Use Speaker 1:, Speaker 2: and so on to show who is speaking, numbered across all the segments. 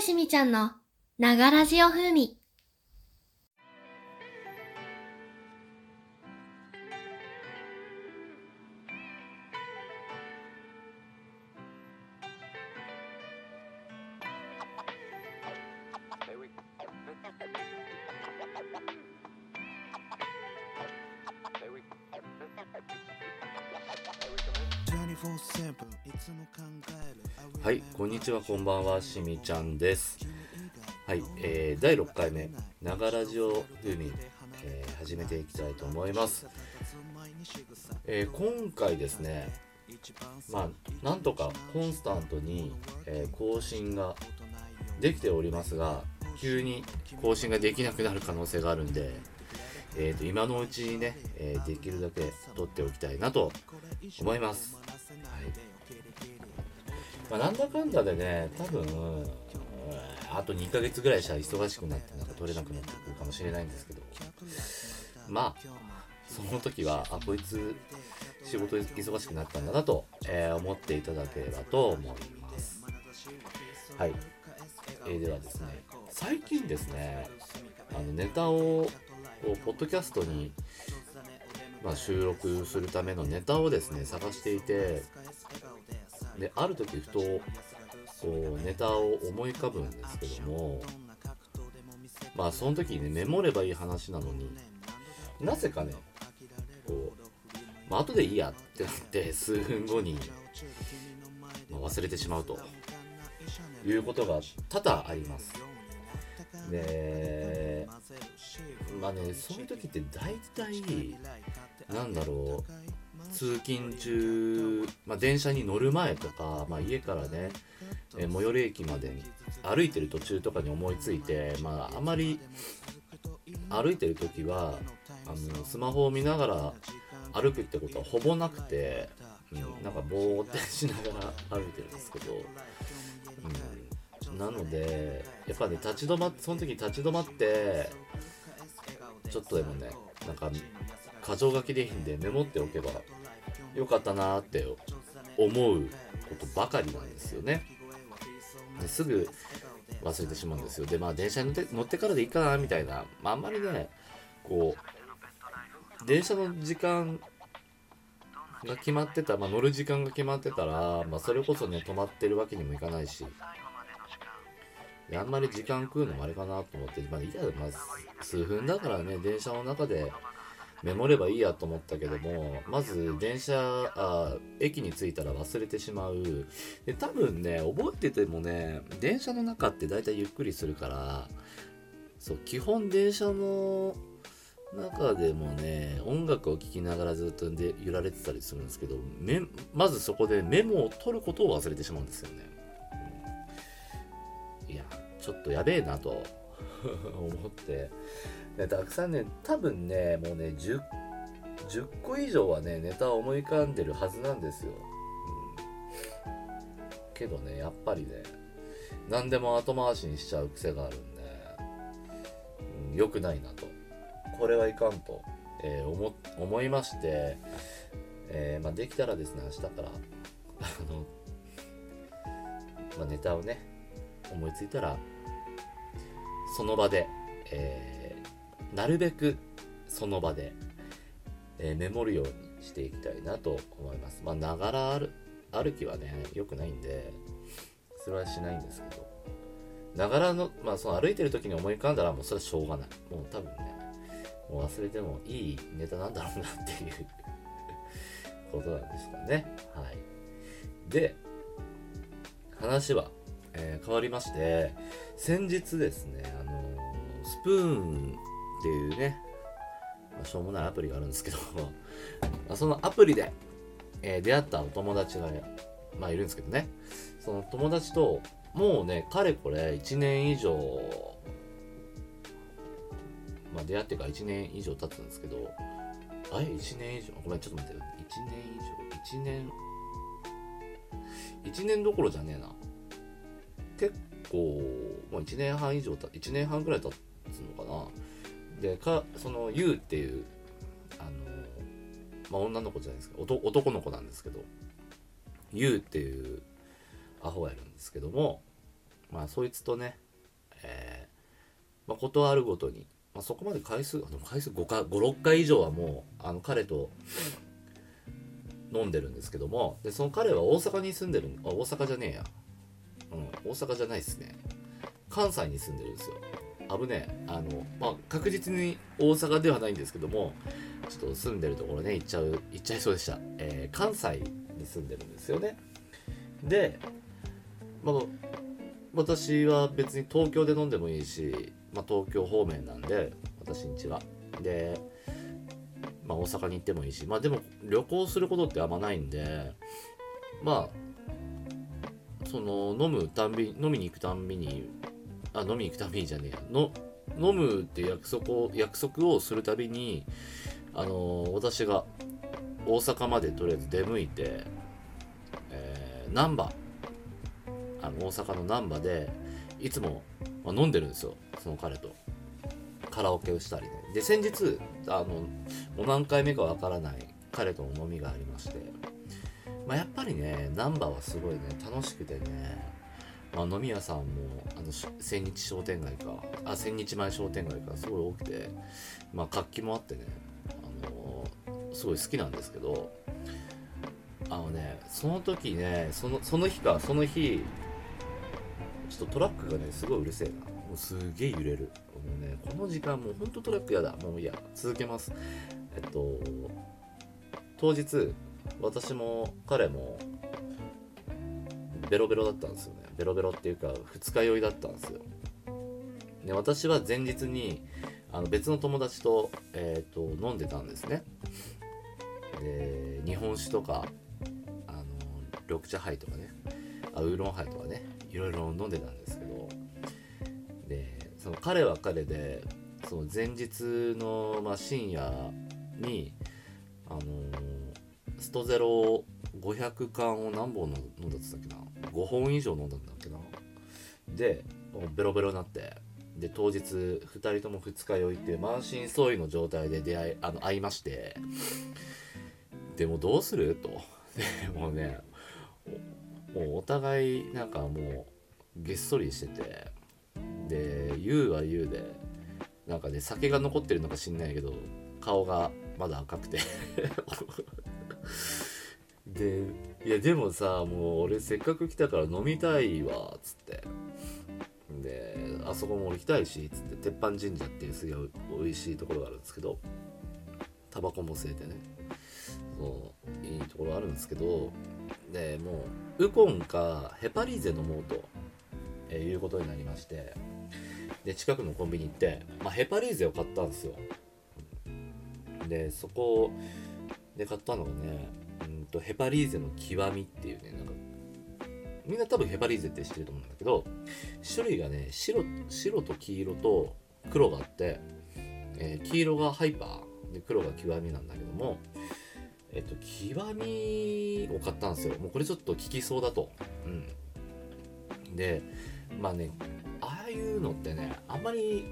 Speaker 1: しみちゃんのながらジオ風味。
Speaker 2: はい、こんにちは、こんばんは、しみちゃんです。はい、第6回目、ながらジオ風味、始めていきたいと思います。今回ですね、なんとかコンスタントに、更新ができておりますが、急に更新ができなくなる可能性があるんで、今のうちにね、できるだけ撮っておきたいなと思います。はい。なんだかんだでね、多分あと2ヶ月ぐらいしたら忙しくなって撮れなくなってくるかもしれないんですけど、その時はこいつ仕事忙しくなったんだなと、思っていただければと思います。はい。ではですね、最近ですね、ネタをポッドキャストに、収録するためのネタをですね探していて、である時ふとネタを思い浮かぶんですけども、その時にねメモればいい話なのに、なぜかね後でいいやってなって数分後に、忘れてしまうということが多々あります。でそういう時って大体通勤中、電車に乗る前とか、家からね、最寄り駅まで歩いてる途中とかに思いついて、あまり歩いてる時はスマホを見ながら歩くってことはほぼなくて、ぼーってしながら歩いてるんですけど、なのでやっぱねその時立ち止まってちょっとでもね箇条書きでいいんでメモっておけばよかったなって思うことばかりなんですよね。ですぐ忘れてしまうんですよ。で電車に乗ってからでいいかなみたいな、あんまりね電車の時間が決まってた、乗る時間が決まってたら、それこそね止まってるわけにもいかないし、あんまり時間食うのもあれかなと思って、数分だからね電車の中でメモればいいやと思ったけども、まず駅に着いたら忘れてしまう。で多分ね覚えててもね、電車の中ってだいたいゆっくりするから、基本電車の中でもね音楽を聴きながらずっと揺られてたりするんですけど、まずそこでメモを取ることを忘れてしまうんですよね。いやちょっとやべえなと思ってたくさんね、多分ねもうね10個以上はねネタを思い浮かんでるはずなんですよ。けどねやっぱりね何でも後回しにしちゃう癖があるんで、良くないなと、これはいかんと、思いまして、できたらですね明日からネタをね思いついたらその場で、なるべくその場で、メモるようにしていきたいなと思います。ながら歩きはね良くないんでそれはしないんですけど、ながらのその歩いてる時に思い浮かんだらもうそれはしょうがない、もう多分ねもう忘れてもいいネタなんだろうなっていうことなんですかね。はい。で話は、変わりまして、先日ですねスプーンっていうね、しょうもないアプリがあるんですけどそのアプリで、出会ったお友達が、いるんですけどね、その友達ともうねかれこれ1年以上、出会ってから1年以上経つんですけど、1年以上、ごめんちょっと待って、1年どころじゃねえな、結構1年半以上1年半ぐらい経つのかな。でそのユウっていう女の子じゃないですか、男の子なんですけど、ユウっていうアホがいるんですけども、 まあそいつとね、ことあるごとに、そこまで回数5回6回以上はもう彼と飲んでるんですけども、でその彼は大阪に住んでる、大阪じゃねえや、大阪じゃないですね、関西に住んでるんですよ。危ねえ、確実に大阪ではないんですけども、ちょっと住んでるところね行っちゃいそうでした。関西に住んでるんですよね。で、私は別に東京で飲んでもいいし、東京方面なんで私ん家はで、大阪に行ってもいいし、でも旅行することってあんまないんで、その飲みに行くたんびにじゃねえやの飲むって約束をするたびに、私が大阪までとりあえず出向いて、難波、大阪の難波でいつも、飲んでるんですよ、その彼とカラオケをしたりね。で先日もう何回目かわからない彼との飲みがありまして、やっぱりね難波はすごいね楽しくてね、飲み屋さんも千日前商店街がすごい多くて、活気もあってね、すごい好きなんですけど、その時ね、その日ちょっとトラックがねすごいうるせえな、もうすげえ揺れる、もうねこの時間もうほんとトラックやだ、もういいや続けます。当日私も彼もベロベロだったんですよね。ベロベロっていうか二日酔いだったんですよ。で私は前日に別の友達と、飲んでたんですね。で日本酒とか緑茶杯とかね、ウーロンハイとかね、いろいろ飲んでたんですけど、でその彼は彼でその前日の、深夜にストゼロ500缶を何本飲んだって言ったっけな、5本以上飲んだんだっけな。でベロベロになって、で当日2人とも二日酔いって満身創痍の状態で会いまして、でもどうするとでもうね、もうお互いなんかもうげっそりしてて、で言うは言うでなんかね酒が残ってるのか知んないけど顔がまだ赤くてでいやでもさ、もう俺せっかく来たから飲みたいわっつって、であそこも行きたいしっつって、鉄板神社っていうすげえ美味しいところがあるんですけど、タバコも吸えてね、そういいところあるんですけど、でもうウコンかヘパリーゼ飲もうと、いうことになりまして、で近くのコンビニ行って、ヘパリーゼを買ったんですよ。でそこで買ったのがね、ヘパリーゼの極みっていうね、なんかみんな多分ヘパリーゼって知ってると思うんだけど、種類がね白と黄色と黒があって、黄色がハイパーで黒が極みなんだけども、極みを買ったんですよ。もうこれちょっと効きそうだと。でああいうのってねあんまり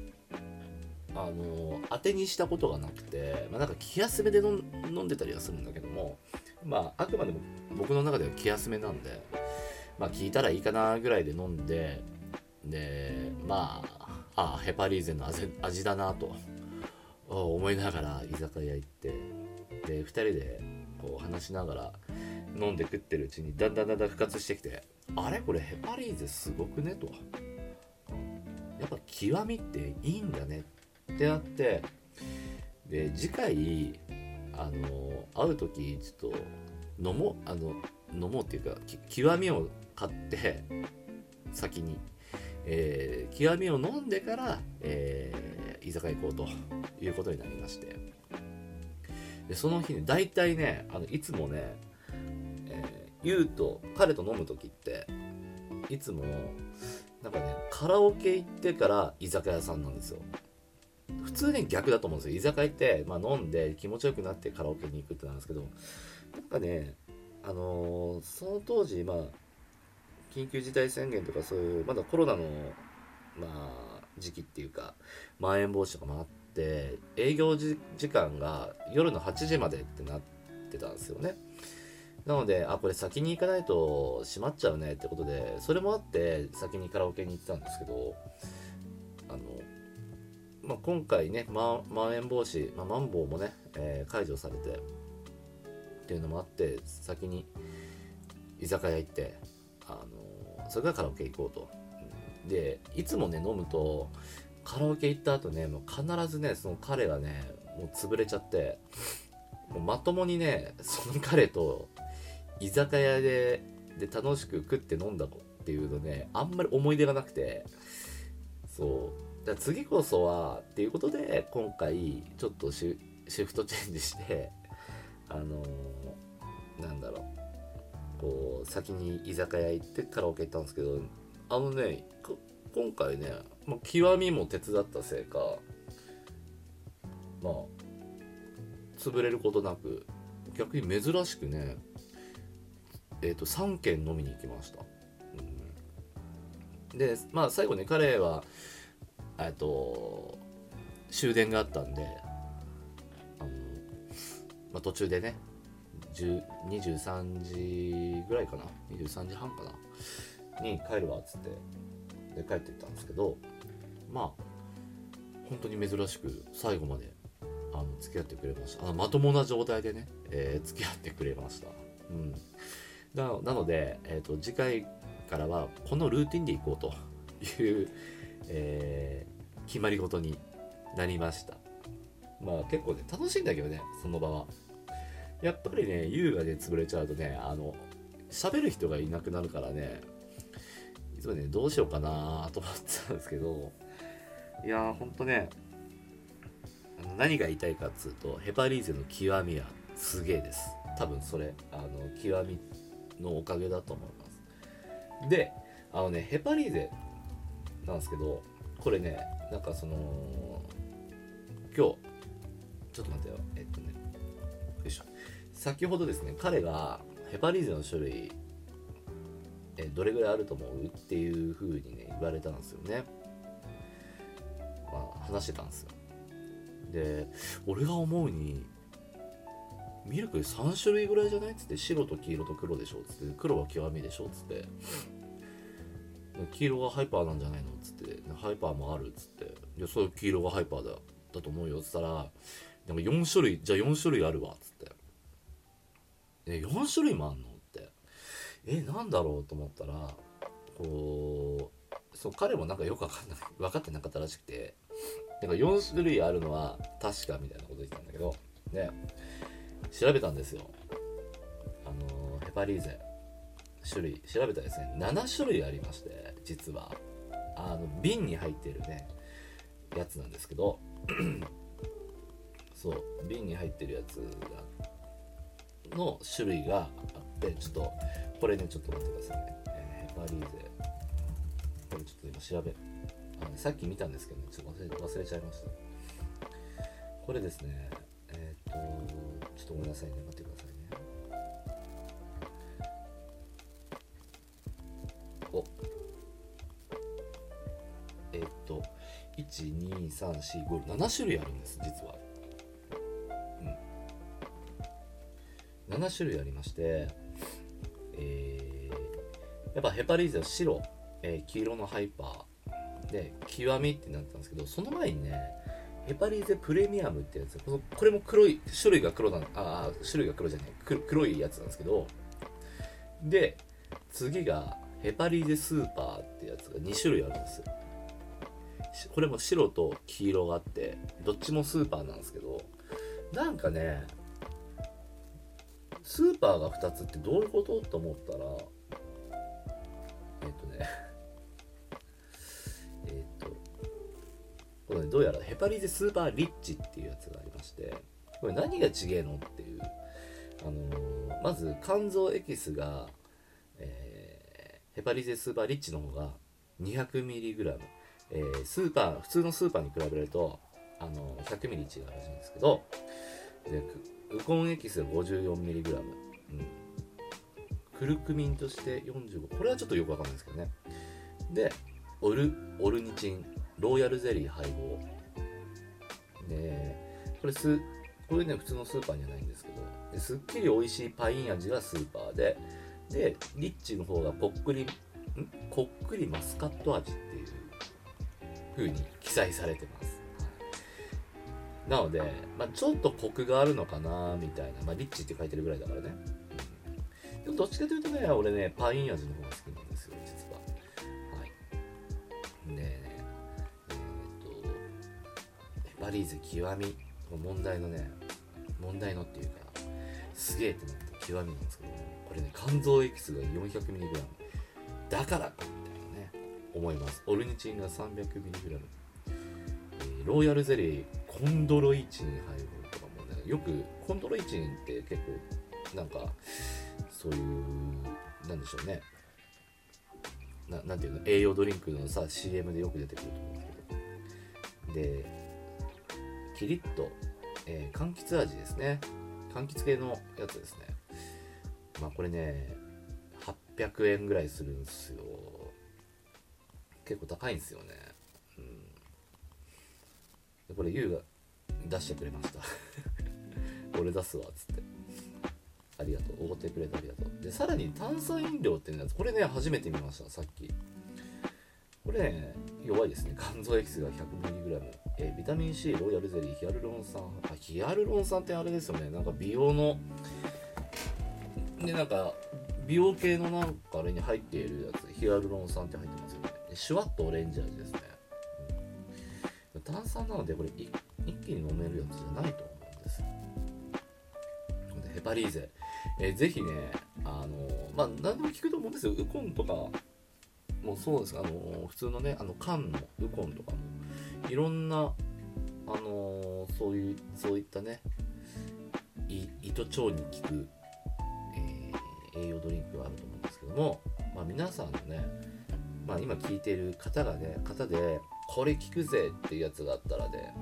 Speaker 2: 当てにしたことがなくて、なんか気休めで飲んでたりはするんだけども、あくまでも僕の中では気休めなんで、聞いたらいいかなぐらいで飲んで、でヘパリーゼの味だなと思いながら居酒屋行って、で2人でこう話しながら飲んで食ってるうちにだんだん復活してきて、あれこれヘパリーゼすごくねと、やっぱ極みっていいんだねってなって、で次回会う時ちょっと飲もうっていうか極みを買って先に、極みを飲んでから、居酒屋行こうということになりまして、でその日ね大体ねいつもね、彼と飲む時っていつもなんかねカラオケ行ってから居酒屋さんなんですよ。普通ね逆だと思うんですよ。居酒屋行って、飲んで気持ちよくなってカラオケに行くってなんですけど、なんかねその当時緊急事態宣言とかそういうまだコロナの時期っていうかまん延防止とかもあって営業時間が夜の8時までってなってたんですよね。 なので、これ先に行かないと閉まっちゃうねってことで、それもあって先にカラオケに行ってたんですけど、今回ね、まん延防止、まん防もね、解除されてっていうのもあって、先に居酒屋行って、それからカラオケ行こうと。で、いつもね、飲むと、カラオケ行った後ね、もう必ずね、その彼がね、もう潰れちゃって、もうまともにね、その彼と居酒屋で楽しく食って飲んだっていうのね、あんまり思い出がなくて、そうだから次こそはっていうことで、今回ちょっとシフトチェンジして、なんだろう、こう先に居酒屋行ってカラオケ行ったんですけど、今回ね、極みも手伝ったせいか、潰れることなく、逆に珍しくね、3軒飲みに行きました。で、最後ね、彼は終電があったんで、途中でね、23時ぐらいかな、23時半かなに帰るわっつってで帰ってったんですけど、本当に珍しく最後まで付き合ってくれました。まともな状態でね、付き合ってくれました。なので、次回からはこのルーティンでいこうという、決まり事になりました。結構ね、楽しいんだけどね、その場は。やっぱりね、優がね、潰れちゃうとね、喋る人がいなくなるからね、いつもね、どうしようかなと思ってたんですけど、いやー、ほんとね、何が言いたいかっつうと、ヘパリーゼの極みはすげえです。多分それ、極みのおかげだと思います。で、ヘパリーゼなんですけど、これね、なんか今日、ちょっと待ってよ、よいしょ。先ほどですね、彼がヘパリーゼの種類、どれぐらいあると思うっていう風にね、言われたんですよね。話してたんですよ。で、俺が思うに、ミルクで3種類ぐらいじゃないっつって、白と黄色と黒でしょっつって、黒は極みでしょっつって、黄色がハイパーなんじゃないのっつって、ハイパーもあるっつって、いや、そういう黄色がハイパーだと思うよっつったら、なんか4種類、じゃあ4種類あるわっつって、4種類もあんのって、なんだろうと思ったら、彼もなんかよく分かってなかったらしくて、なんか4種類あるのは確かみたいなこと言ってたんだけど、ね、調べたんですよ。ヘパリーゼ種類調べたらですね、7種類ありまして、実は瓶に入っているねやつなんですけどそう瓶に入ってるやつの種類があって、ちょっとこれね、ちょっと待ってくださいね、ヘパリーゼ、これちょっと今調べさっき見たんですけど、ね、ちょっと忘れちゃいました。これですね、ちょっとごめんなさいね、待ってくださいね。1,2,3,4,5,7種類あるんです、実は。7種類ありまして、やっぱヘパリーゼは白、黄色のハイパーで極みってなってたんですけど、その前にね、ヘパリーゼプレミアムってやつ、これも黒い、種類が黒じゃない、黒いやつなんですけど、で次がヘパリーゼスーパーってやつが2種類あるんですよ。これも白と黄色があって、どっちもスーパーなんですけど、なんかね、スーパーが2つってどういうことと思ったら、これね、どうやらヘパリーゼスーパーリッチっていうやつがありまして、これ何が違えのっていう、まず肝臓エキスが、ヘパリーゼスーパーリッチの方が 200mg、普通のスーパーに比べると100mg 違うらしいんですけど、でウコンエキスが 54mg、クルクミンとして45、これはちょっとよくわかんないですけどね。でオルニチンローヤルゼリー配合で、ここれね普通のスーパーにはないんですけど、ですっきり美味しいパイン味がスーパーで、リッチの方がこっくりマスカット味っていう風に記載されてます。なので、ちょっとコクがあるのかなみたいな、リッチって書いてるぐらいだからね。でもどっちかというとね、俺ねパイン味の方が好きなんですよ、実は。はい。でね、ヘパリーゼ極み、問題のっていうか、すげえってなった極みなんですけど、これね、肝臓エキスが 400mg だからかみたいなね、思います。オルニチンが 300mg、ローヤルゼリーコンドロイチン配合とかもね、よくコンドロイチンって結構なんかそういうなんでしょうね、なんていうの、栄養ドリンクのさ CM でよく出てくると思うんですけど、でキリッと、柑橘味ですね、柑橘系のやつですね。これね800円ぐらいするんですよ。結構高いんですよね。これユウが出してくれました俺出すわっつって、ありがとう、おごってくれてありがとう。でさらに炭酸飲料っていうやつ、これね初めて見ました、さっき。これね弱いですね、肝臓エキスが 100mg、ビタミン C、ローヤルゼリー、ヒアルロン酸。ヒアルロン酸ってあれですよね、なんか美容ので、なんか美容系のなんかあれに入っているやつ、ヒアルロン酸って入ってますよね。でシュワッとオレンジ味ですね。炭酸なのでこれ一気に飲めるやつじゃないと思うんです。でヘパリーゼ、ぜひね何でも効くと思うんですよ。ウコンとかもそうですが、普通のね缶のウコンとかもいろんなそういったね胃と腸に効く、栄養ドリンクがあると思うんですけども、皆さんのね、今聞いている方でこれ聞くぜっていうやつがあったらね、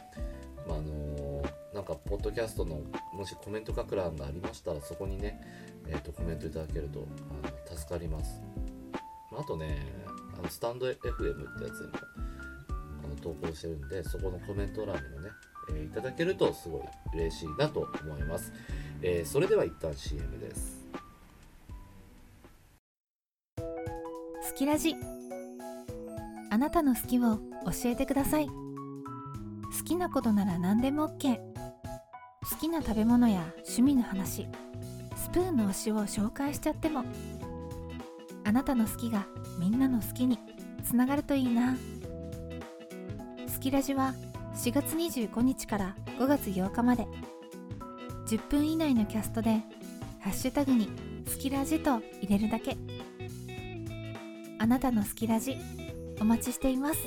Speaker 2: なんかポッドキャストのもしコメント書く欄がありましたら、そこにね、コメントいただけると助かります。あとねスタンド FM ってやつにも投稿してるんで、そこのコメント欄にもね、いただけるとすごい嬉しいなと思います。それでは一旦 CM です。
Speaker 3: 好きラジ、あなたの好きを教えてください。好きなことなら何でも OK。 好きな食べ物や趣味の話、スプーンの推しを紹介しちゃっても。あなたの好きがみんなの好きにつながるといいな。好きラジは4月25日から5月8日まで、10分以内のキャストでハッシュタグに好きラジと入れるだけ。あなたの好きラジお待ちしています。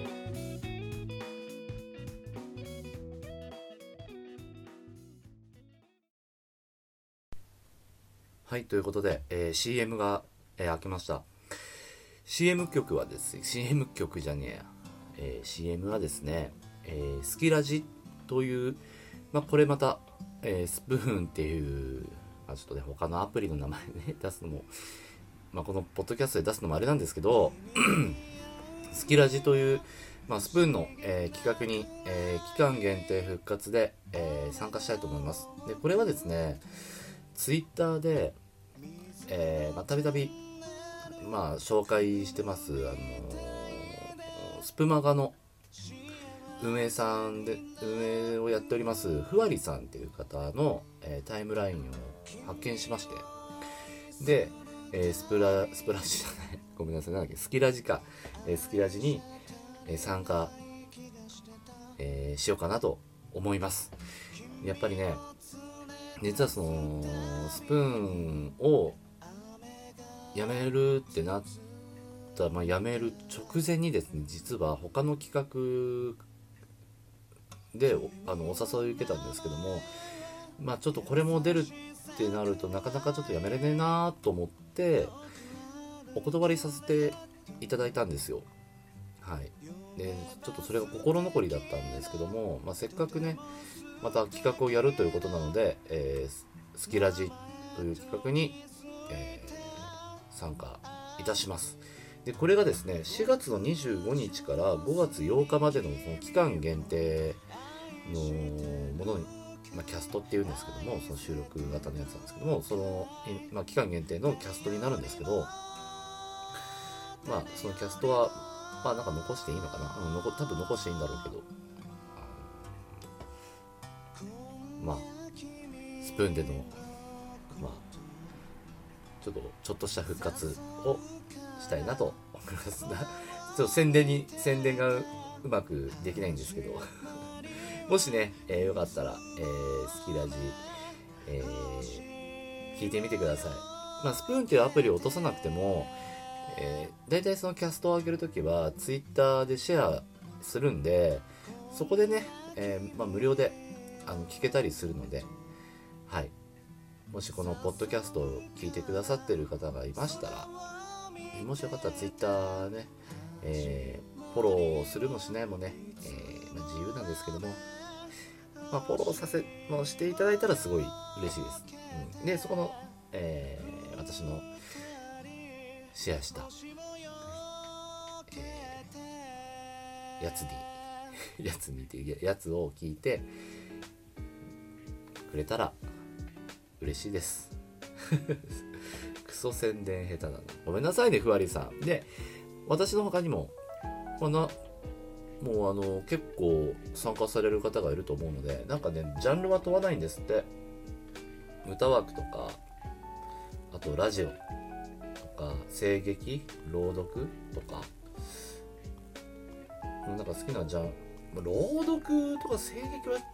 Speaker 2: はい、ということで、CM が、開けました。CM 曲はですね、CM 曲じゃねえや、CM はですね、スキラジという、これまた、スプーンっていう、ちょっとね他のアプリの名前ね出すのも、このポッドキャストで出すのもあれなんですけどスキラジという、スプーンの、企画に、期間限定復活で、参加したいと思います。でこれはですねツイッターでたびたび紹介してます、スプマガの運営をやっておりますふわりさんっていう方の、タイムラインを発見しまして、で、スプラジじゃないごめんなさい、なんだっけ、スキラジか、スキラジに、参加、しようかなと思います。やっぱりね実はそのスプーンをやめるってなった、やめる直前にですね、実は他の企画でお誘い受けたんですけども、ちょっとこれも出るってなるとなかなかちょっとやめれねえなと思ってお断りさせていただいたんですよ。はい。でちょっとそれが心残りだったんですけども、せっかくねまた企画をやるということなので、スキラジという企画に、参加いたします。でこれがですね4月の25日から5月8日までのその期間限定のものにキャストっていうんですけども、その収録型のやつなんですけども、その、期間限定のキャストになるんですけど、そのキャストはなんか残していいのかな、多分残していいんだろうけど、スプーンでのちょっとした復活をしたいなと思います。ちょっと宣伝がうまくできないんですけどもしね、よかったら、スキラジ、聞いてみてください。スプーンっていうアプリを落とさなくても、だいたいそのキャストを上げるときはツイッターでシェアするんで、そこでね、無料で聞けたりするので、はい、もしこのポッドキャストを聞いてくださってる方がいましたら、もしよかったらツイッターね、フォローするもしないもね、自由なんですけども、フォローもしていただいたらすごい嬉しいです。で、そこの、私のシェアした、やつを聞いてくれたら嬉しいですクソ宣伝下手だな、ごめんなさいね、ふわりさん。で、私の他にももう結構参加される方がいると思うので、なんかね、ジャンルは問わないんですって。歌枠とか、あとラジオとか、声劇、朗読とか、なんか好きなジャンル、朗読とか声劇は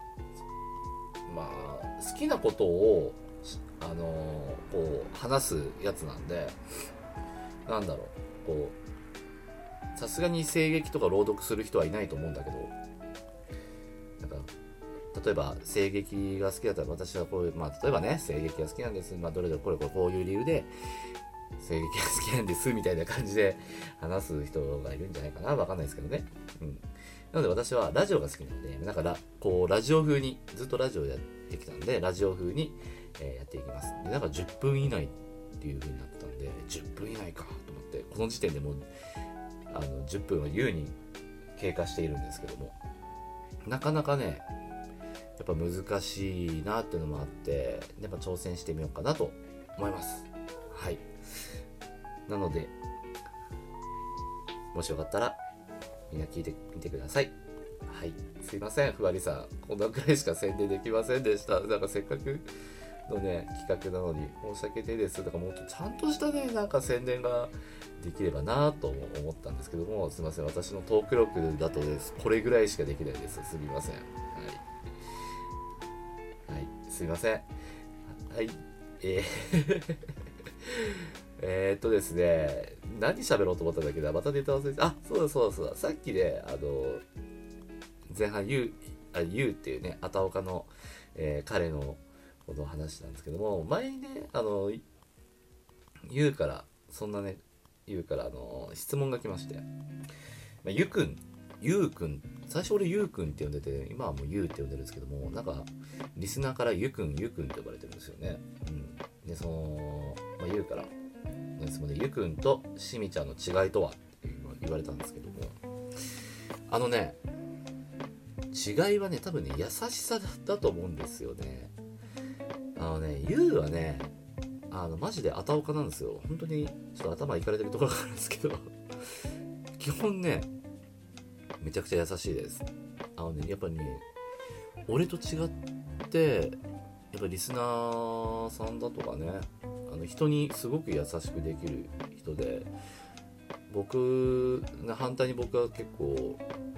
Speaker 2: 好きなことをこう話すやつなんで、なんだろう、こうさすがに声劇とか朗読する人はいないと思うんだけど、なんか例えば声劇が好きだったら、私はこういう、例えばね、声劇が好きなんです、どれでこういう理由で声劇が好きなんですみたいな感じで話す人がいるんじゃないかな、わかんないですけどね。なので私はラジオが好きなので、だからこうラジオ風に、ずっとラジオやってきたんで、ラジオ風に、やっていきます。で、なんか10分以内っていう風になったんで、10分以内かと思って、この時点でもう10分は優に経過しているんですけども、なかなかね、やっぱ難しいなっていうのもあって、やっぱ挑戦してみようかなと思います。はい。なので、もしよかったらみんな聞いてみてください。はい。すいません、ふわりさん。こんなくらいしか宣伝できませんでした。なんかせっかくのね、企画なのに申し訳ないです。だからもっとちゃんとしたね、なんか宣伝ができればなと思ったんですけども、すいません。私のトーク力だとです。これぐらいしかできないです。すみません。はい。はい。すいません。はい。ですね、何喋ろうと思ったんだけど、またネタ忘れて、そうだ。さっきね、前半ゆうっていうね、あたおかの、彼のことを話したんですけども、前にね、ゆうから質問が来まして、ゆうくん、最初俺ゆうくんって呼んでて、今はもうゆうって呼んでるんですけども、なんかリスナーからゆうくんって呼ばれてるんですよね。で、その、ゆうから質問で、ゆうくんとしみちゃんの違いとはって言われたんですけども、違いはね、多分ね、優しさだと思うんですよね。ゆうはね、マジであたおかなんですよ。本当にちょっと頭いかれてるところがあるんですけど基本ね、めちゃくちゃ優しいです。やっぱりね、俺と違ってやっぱリスナーさんだとかね、人にすごく優しくできる人で、反対に僕は結構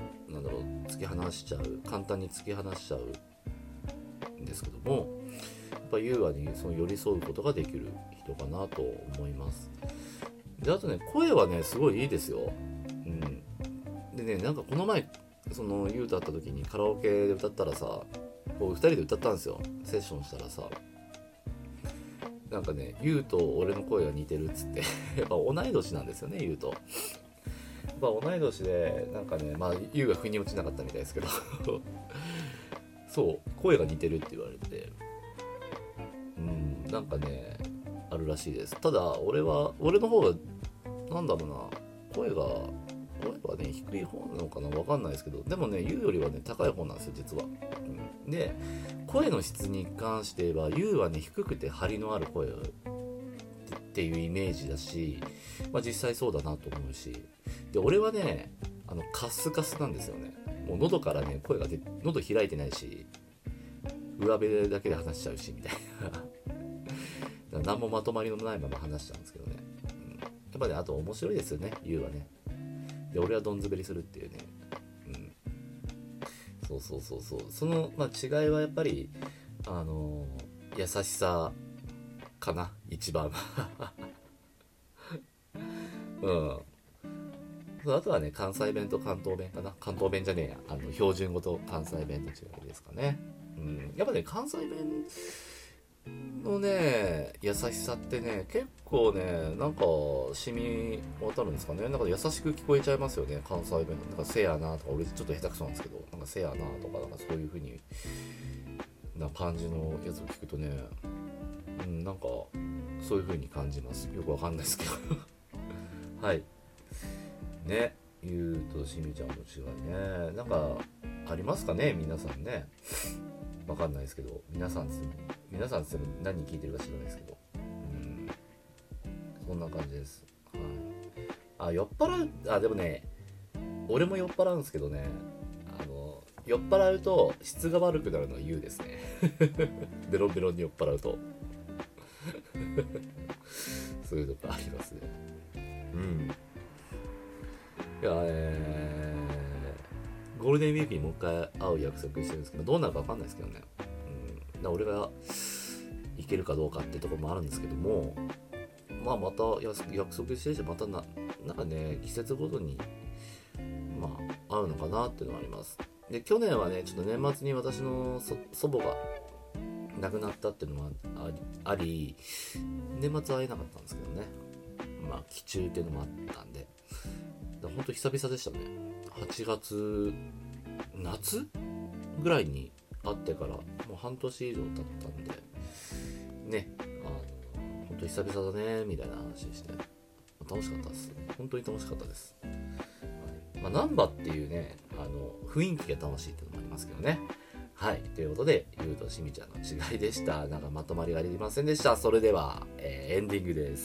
Speaker 2: 簡単に突き放しちゃうんですけども、やっぱ優雅にその寄り添うことができる人かなと思います。で、あとね、声はね、すごいいいですよ。でね、なんかこの前その優と会った時にカラオケで歌ったらさ、こう2人で歌ったんですよ。セッションしたらさ、なんかね、優と俺の声が似てるっつってやっぱ同い年なんですよね、優と。同い年で、なんかね、優が腑に落ちなかったみたいですけどそう、声が似てるって言われて、なんかね、あるらしいです。ただ俺の方が、なんだろうな、声ぱね低い方なのかな、わかんないですけど、でもねユウよりはね高い方なんですよ実は、で声の質に関して言えばユウはね低くて張りのある声っていうイメージだし、実際そうだなと思うし、で俺はねカスカスなんですよね。もう喉からね声が喉開いてないし、上辺だけで話しちゃうしみたいな何もまとまりのないまま話しちゃうんですけどね、やっぱねあと面白いですよねユウはね。で俺はどんずべりするっていうね、そうその、違いはやっぱり優しさかな一番あとはね関西弁と関東弁かな。関東弁じゃねえや、標準語と関西弁の違いですかね。やっぱね関西弁のね優しさってね結構ねなんか染み渡るんですかね。なんか優しく聞こえちゃいますよね関西弁。なんかせやなとか、俺ちょっと下手くそなんですけど、なんかせやなとか、なんかそういう風にな感じのやつを聞くとね、なんかそういう風に感じます。よくわかんないですけどはいね、ゆうとしみちゃんの違いね、なんかありますかね皆さんね。わかんないですけど、皆さんって何聞いてるか知らないですけど、そんな感じです。はい。酔っ払う、でもね俺も酔っ払うんですけどね、酔っ払うと質が悪くなるのはゆうですねベロンベロンに酔っ払うとそういうとこありますね。いやゴールデンウィークにもう一回会う約束してるんですけど、どうなるか分かんないですけどね。俺が行けるかどうかってところもあるんですけども、また約束してるし、またなんかね季節ごとに会うのかなっていうのはあります。で去年はねちょっと年末に私の祖母が亡くなったっていうのもあり、年末会えなかったんですけどね、期中っていうのもあったんで、ほんと久々でしたね。8月夏ぐらいに会ってからもう半年以上経ったんでね、ほんと久々だねみたいな話して楽しかったです。本当に楽しかったです。難波っていうね雰囲気が楽しいっていうのもありますけどね。はい、ということでゆうとしみちゃんの違いでした。なんかまとまりがありませんでした。それでは、エンディングです。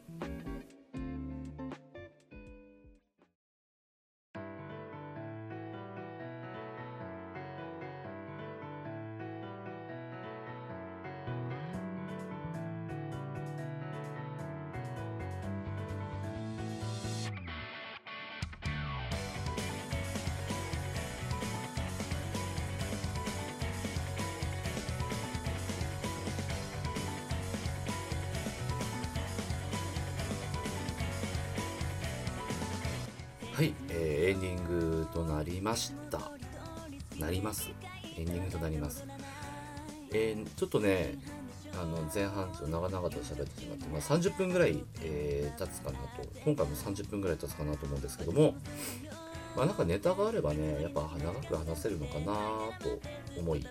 Speaker 2: はい、エンディングとなりました。エンディングとなります。ちょっとね前半ちょっと長々と喋ってしまって、30分ぐらい、経つかなと、今回も30分ぐらい経つかなと思うんですけども、なんかネタがあればねやっぱ長く話せるのかなと思い、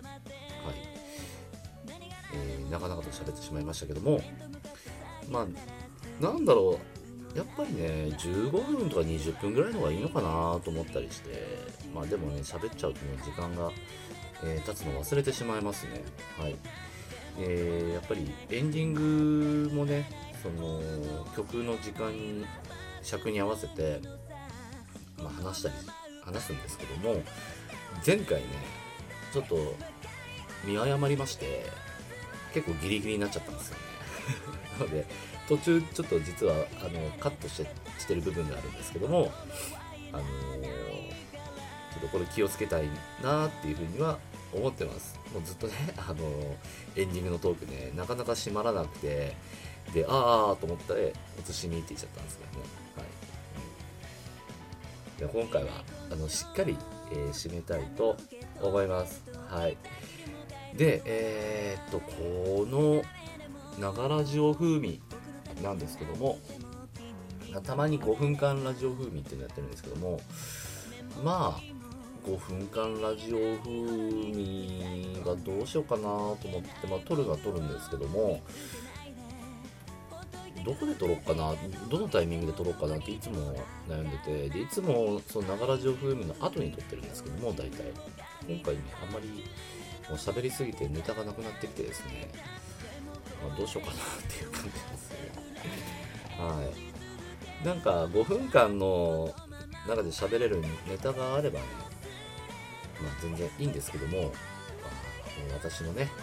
Speaker 2: 長々と喋ってしまいましたけども、なんだろう、やっぱりね15分とか20分ぐらいの方がいいのかなと思ったりして、でもね喋っちゃうとね時間が、経つの忘れてしまいますね。はい。やっぱりエンディングもねその曲の時間に尺に合わせて、話すんですけども、前回ねちょっと見誤りまして結構ギリギリになっちゃったんですよねなので途中ちょっと実はカットしてる部分があるんですけども、ちょっとこれ気をつけたいなっていうふうには思ってます。もうずっとねエンディングのトークねなかなか閉まらなくて、でと思ったらおつしみって言っちゃったんですけどね。はい。で今回はしっかり、締めたいと思います。はい。でこのながらジオ風味なんですけども、たまに5分間ラジオ風味っていうのやってるんですけども、5分間ラジオ風味はどうしようかなと思って、撮るのは撮るんですけども、 どこで撮ろうかな、どのタイミングで撮ろうかなっていつも悩んでて、でいつもそのながらじお風味の後に撮ってるんですけども、大体今回ねあんまりもう喋りすぎてネタがなくなってきてですね、どうしようかなっていう感じですね。はい。なんか5分間の中で喋れるネタがあればね、全然いいんですけども、私のね、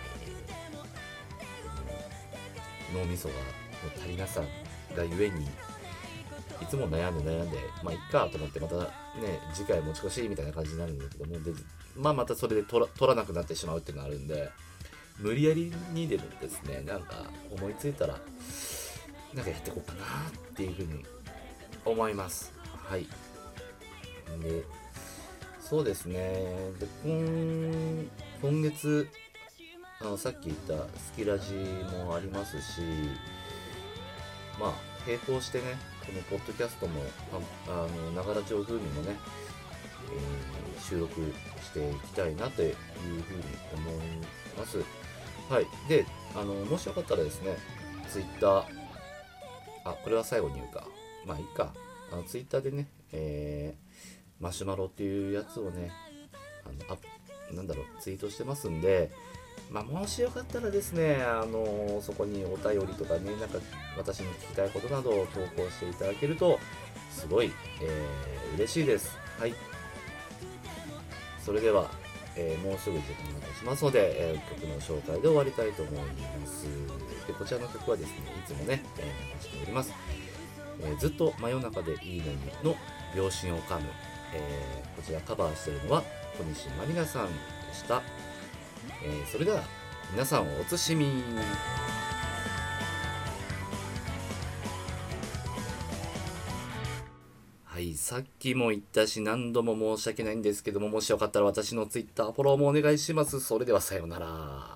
Speaker 2: 脳みそが足りなさがゆえにいつも悩んでいっかと思ってまたね次回持ち越しみたいな感じになるんだけども、でまたそれで取らなくなってしまうっていうのがあるんで、無理やりにでもですね、なんか思いついたらなんかやっていこうかなっていうふうに思います。はい。でそうですね、で今月さっき言ったスキラジもありますし、並行してねこのポッドキャストもながらじお風味もね、収録していきたいなというふうに思います。はい。でもしよかったらですね、ツイッターこれは最後に言うか、いいか、ツイッターでね、マシュマロっていうやつをねツイートしてますんで、もしよかったらですね、そこにお便りとかね、なんか私に聞きたいことなどを投稿していただけるとすごい、嬉しいです。はい。それでは、もうすぐ時間が経ちますので、曲の紹介で終わりたいと思います。でこちらの曲はですね、いつもね、流しております。ずっと真夜中でいいのにの秒針を噛む、こちらカバーしているのは小西まりなさんでした。それでは皆さんおつしみ。はい、さっきも言ったし何度も申し訳ないんですけども、もしよかったら私のツイッターフォローもお願いします。それではさようなら。